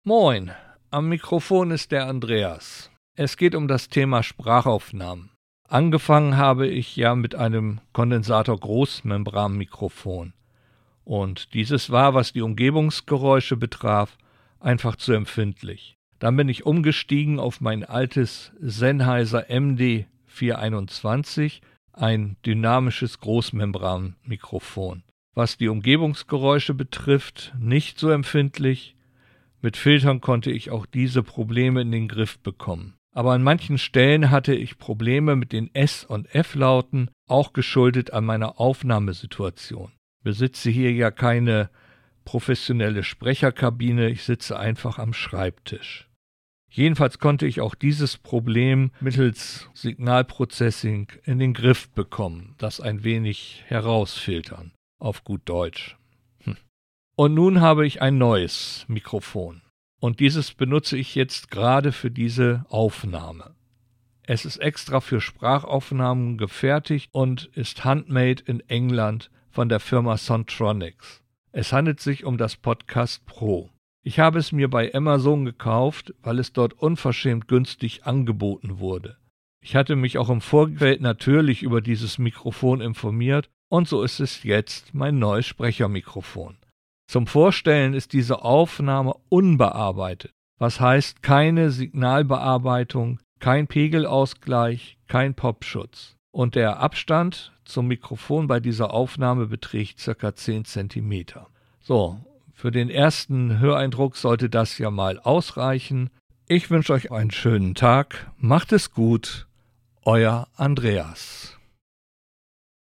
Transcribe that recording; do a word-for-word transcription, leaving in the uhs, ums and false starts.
Moin, am Mikrofon ist der Andreas. Es geht um das Thema Sprachaufnahmen. Angefangen habe ich ja mit einem Kondensator-Großmembranmikrofon. Und dieses war, was die Umgebungsgeräusche betraf, einfach zu empfindlich. Dann bin ich umgestiegen auf mein altes Sennheiser M D vierhunderteinundzwanzig, ein dynamisches Großmembranmikrofon. Was die Umgebungsgeräusche betrifft, nicht so empfindlich. Mit Filtern konnte ich auch diese Probleme in den Griff bekommen. Aber an manchen Stellen hatte ich Probleme mit den S- und F-Lauten, auch geschuldet an meiner Aufnahmesituation. Ich besitze hier ja keine professionelle Sprecherkabine, ich sitze einfach am Schreibtisch. Jedenfalls konnte ich auch dieses Problem mittels Signalprocessing in den Griff bekommen, das ein wenig herausfiltern, auf gut Deutsch. Hm. Und nun habe ich ein neues Mikrofon. Und dieses benutze ich jetzt gerade für diese Aufnahme. Es ist extra für Sprachaufnahmen gefertigt und ist handmade in England von der Firma Sontronics. Es handelt sich um das Podcast Pro. Ich habe es mir bei Amazon gekauft, weil es dort unverschämt günstig angeboten wurde. Ich hatte mich auch im Vorfeld natürlich über dieses Mikrofon informiert und so ist es jetzt mein neues Sprechermikrofon. Zum Vorstellen ist diese Aufnahme unbearbeitet, was heißt keine Signalbearbeitung, kein Pegelausgleich, kein Popschutz. Und der Abstand zum Mikrofon bei dieser Aufnahme beträgt ca. zehn Zentimeter. So, für den ersten Höreindruck sollte das ja mal ausreichen. Ich wünsche euch einen schönen Tag, macht es gut, euer Andreas.